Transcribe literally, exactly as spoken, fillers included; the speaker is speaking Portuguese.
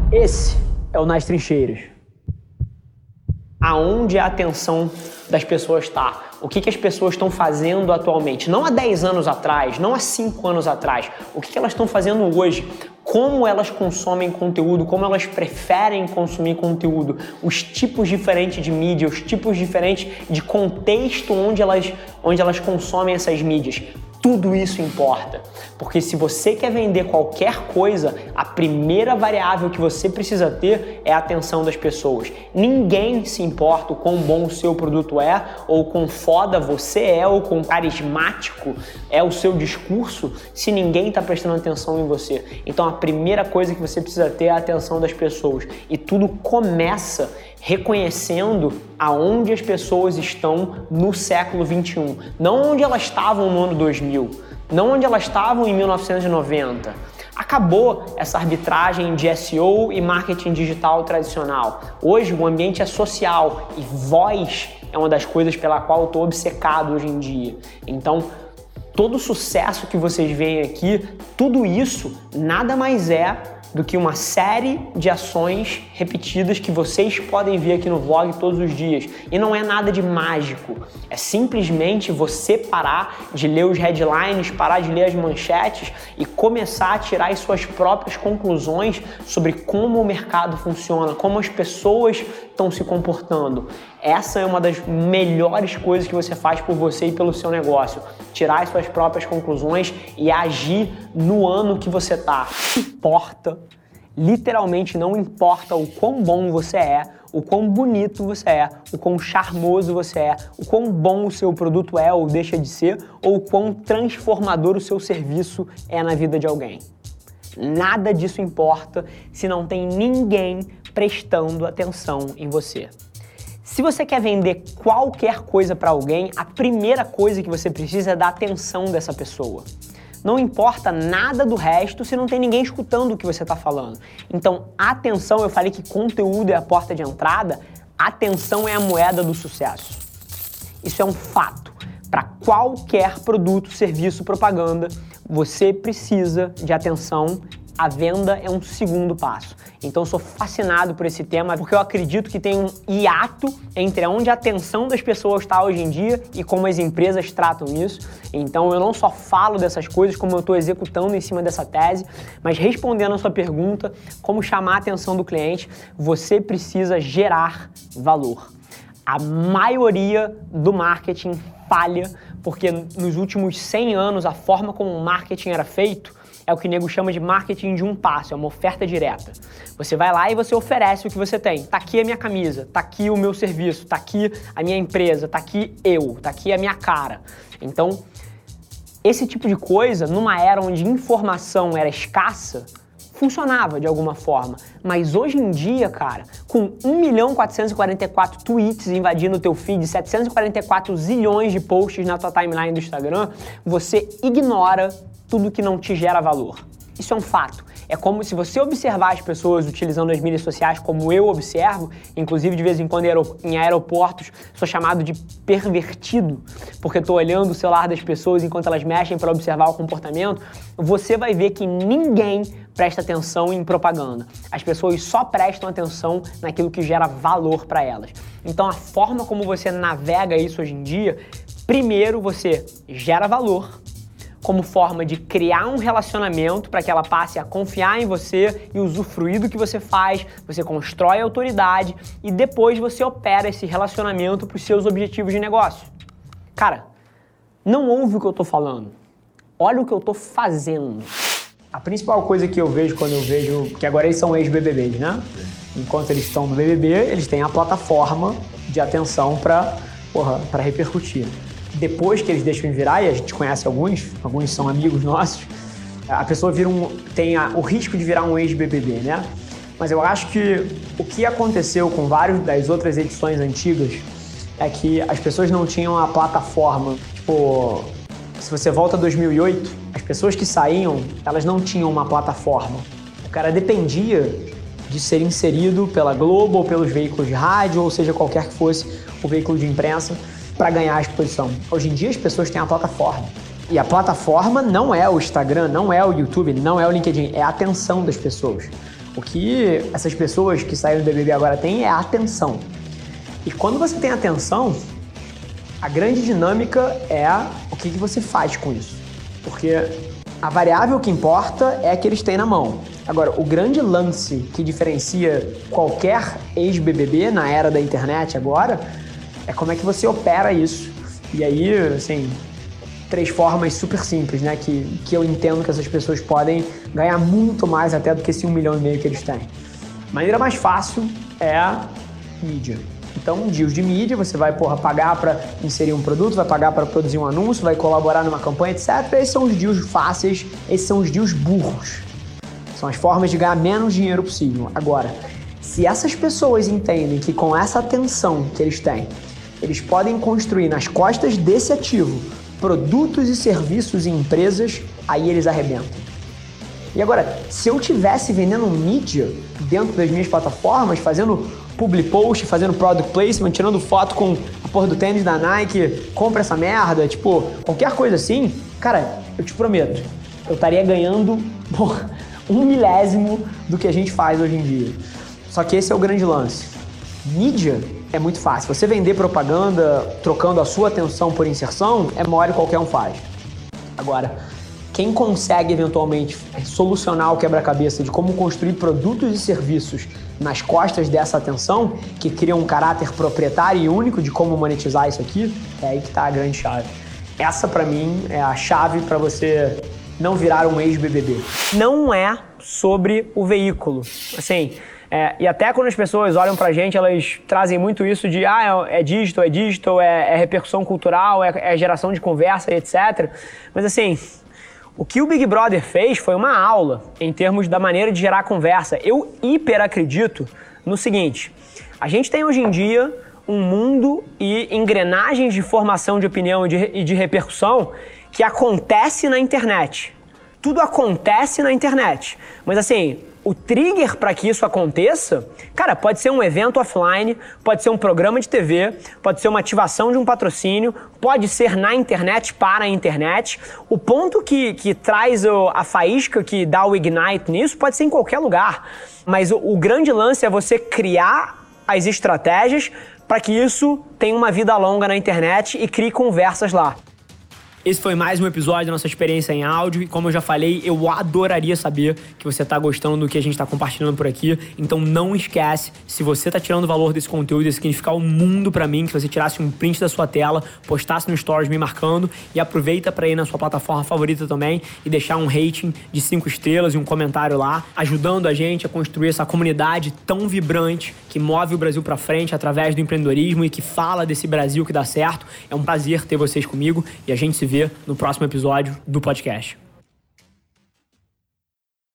Esse é o Nas Trincheiras. Aonde a atenção das pessoas está? O que, que as pessoas estão fazendo atualmente? Não há dez anos atrás, não há cinco anos atrás. O que, que elas estão fazendo hoje? Como elas consomem conteúdo, como elas preferem consumir conteúdo, os tipos diferentes de mídia, os tipos diferentes de contexto onde elas, onde elas consomem essas mídias. Tudo isso importa, porque se você quer vender qualquer coisa, a primeira variável que você precisa ter é a atenção das pessoas. Ninguém se importa o quão bom o seu produto é, ou quão foda você é, ou quão carismático é o seu discurso, se ninguém está prestando atenção em você. Então a primeira coisa que você precisa ter é a atenção das pessoas. E tudo começa reconhecendo aonde as pessoas estão no século vinte e um. Não onde elas estavam no ano dois mil, não onde elas estavam em mil novecentos e noventa. Acabou essa arbitragem de S E O e marketing digital tradicional. Hoje o ambiente é social e voz é uma das coisas pela qual eu estou obcecado hoje em dia. Então, todo o sucesso que vocês veem aqui, tudo isso nada mais é do que uma série de ações repetidas que vocês podem ver aqui no vlog todos os dias. E não é nada de mágico, é simplesmente você parar de ler os headlines, parar de ler as manchetes e começar a tirar as suas próprias conclusões sobre como o mercado funciona, como as pessoas estão se comportando. Essa é uma das melhores coisas que você faz por você e pelo seu negócio. Tirar as suas próprias conclusões e agir no ano que você está. Não importa, literalmente não importa o quão bom você é, o quão bonito você é, o quão charmoso você é, o quão bom o seu produto é ou deixa de ser, ou o quão transformador o seu serviço é na vida de alguém. Nada disso importa se não tem ninguém prestando atenção em você. Se você quer vender qualquer coisa para alguém, a primeira coisa que você precisa é da atenção dessa pessoa. Não importa nada do resto se não tem ninguém escutando o que você está falando. Então, atenção, eu falei que conteúdo é a porta de entrada, atenção é a moeda do sucesso. Isso é um fato. Para qualquer produto, serviço, propaganda, você precisa de atenção. A venda é um segundo passo. Então eu sou fascinado por esse tema porque eu acredito que tem um hiato entre onde a atenção das pessoas está hoje em dia e como as empresas tratam isso. Então eu não só falo dessas coisas, como eu estou executando em cima dessa tese, mas respondendo a sua pergunta, como chamar a atenção do cliente, você precisa gerar valor. A maioria do marketing falha porque nos últimos cem anos a forma como o marketing era feito é o que o nego chama de marketing de um passo, é uma oferta direta. Você vai lá e você oferece o que você tem. Tá aqui a minha camisa, tá aqui o meu serviço, tá aqui a minha empresa, tá aqui eu, tá aqui a minha cara. Então, esse tipo de coisa, numa era onde informação era escassa, funcionava de alguma forma. Mas hoje em dia, cara, com um milhão quatrocentos e quarenta e quatro tweets invadindo o teu feed, setecentos e quarenta e quatro zilhões de posts na tua timeline do Instagram, você ignora tudo que não te gera valor. Isso é um fato. É como se você observar as pessoas utilizando as mídias sociais como eu observo, inclusive de vez em quando em aeroportos sou chamado de pervertido, porque estou olhando o celular das pessoas enquanto elas mexem para observar o comportamento, você vai ver que ninguém presta atenção em propaganda. As pessoas só prestam atenção naquilo que gera valor para elas. Então a forma como você navega isso hoje em dia, primeiro você gera valor, como forma de criar um relacionamento para que ela passe a confiar em você e usufruir do que você faz, você constrói autoridade e depois você opera esse relacionamento para os seus objetivos de negócio. Cara, não ouve o que eu estou falando, olha o que eu estou fazendo. A principal coisa que eu vejo quando eu vejo, que agora eles são ex-B B Bs, né? Enquanto eles estão no B B B, eles têm a plataforma de atenção para para repercutir. Depois que eles deixam de virar, e a gente conhece alguns, alguns são amigos nossos, a pessoa vira um, tem a, o risco de virar um ex-B B B, né? Mas eu acho que o que aconteceu com várias das outras edições antigas é que as pessoas não tinham a plataforma. Tipo, se você volta a dois mil e oito, as pessoas que saíam, elas não tinham uma plataforma. O cara dependia de ser inserido pela Globo ou pelos veículos de rádio, ou seja, qualquer que fosse o veículo de imprensa, para ganhar a exposição. Hoje em dia as pessoas têm a plataforma. E a plataforma não é o Instagram, não é o YouTube, não é o LinkedIn, é a atenção das pessoas. O que essas pessoas que saíram do B B B agora têm é atenção. E quando você tem atenção, a grande dinâmica é o que, que você faz com isso. Porque a variável que importa é a que eles têm na mão. Agora, o grande lance que diferencia qualquer ex-B B B na era da internet agora é como é que você opera isso. E aí, assim, três formas super simples, né? Que, que eu entendo que essas pessoas podem ganhar muito mais até do que esse um milhão e meio que eles têm. A maneira mais fácil é a mídia. Então, deals de mídia, você vai, porra, pagar para inserir um produto, vai pagar para produzir um anúncio, vai colaborar numa campanha, etcétera. Esses são os deals fáceis, esses são os deals burros. São as formas de ganhar menos dinheiro possível. Agora, se essas pessoas entendem que com essa atenção que eles têm, eles podem construir nas costas desse ativo produtos e serviços e empresas, aí eles arrebentam. E agora, se eu tivesse vendendo mídia dentro das minhas plataformas, fazendo public post, fazendo product placement, tirando foto com a porra do tênis da Nike, compra essa merda, tipo, qualquer coisa assim, cara, eu te prometo, eu estaria ganhando porra, um milésimo do que a gente faz hoje em dia. Só que esse é o grande lance. Mídia é muito fácil. Você vender propaganda trocando a sua atenção por inserção é mole, qualquer um faz. Agora, quem consegue eventualmente solucionar o quebra-cabeça de como construir produtos e serviços nas costas dessa atenção, que cria um caráter proprietário e único de como monetizar isso aqui, é aí que está a grande chave. Essa, para mim, é a chave para você não virar um ex-B B B. Não é sobre o veículo. Assim, é, e até quando as pessoas olham pra gente, elas trazem muito isso de ah, é digital, é digital, é, é repercussão cultural, é, é geração de conversa, etcétera. Mas assim, o que o Big Brother fez foi uma aula em termos da maneira de gerar conversa. Eu hiper acredito no seguinte: a gente tem hoje em dia um mundo e engrenagens de formação de opinião e de, e de repercussão que acontece na internet. Tudo acontece na internet. Mas assim, o trigger para que isso aconteça, cara, pode ser um evento offline, pode ser um programa de T V, pode ser uma ativação de um patrocínio, pode ser na internet para a internet. O ponto que, que traz o, a faísca, que dá o ignite nisso, pode ser em qualquer lugar. Mas o, o grande lance é você criar as estratégias para que isso tenha uma vida longa na internet e crie conversas lá. Esse foi mais um episódio da nossa experiência em áudio e, como eu já falei, eu adoraria saber que você está gostando do que a gente está compartilhando por aqui. Então não esquece, se você está tirando valor desse conteúdo, ia significar o mundo para mim, que você tirasse um print da sua tela, postasse no Stories me marcando e aproveita para ir na sua plataforma favorita também e deixar um rating de cinco estrelas e um comentário lá, ajudando a gente a construir essa comunidade tão vibrante que move o Brasil para frente através do empreendedorismo e que fala desse Brasil que dá certo. É um prazer ter vocês comigo e a gente se vê no próximo episódio do podcast.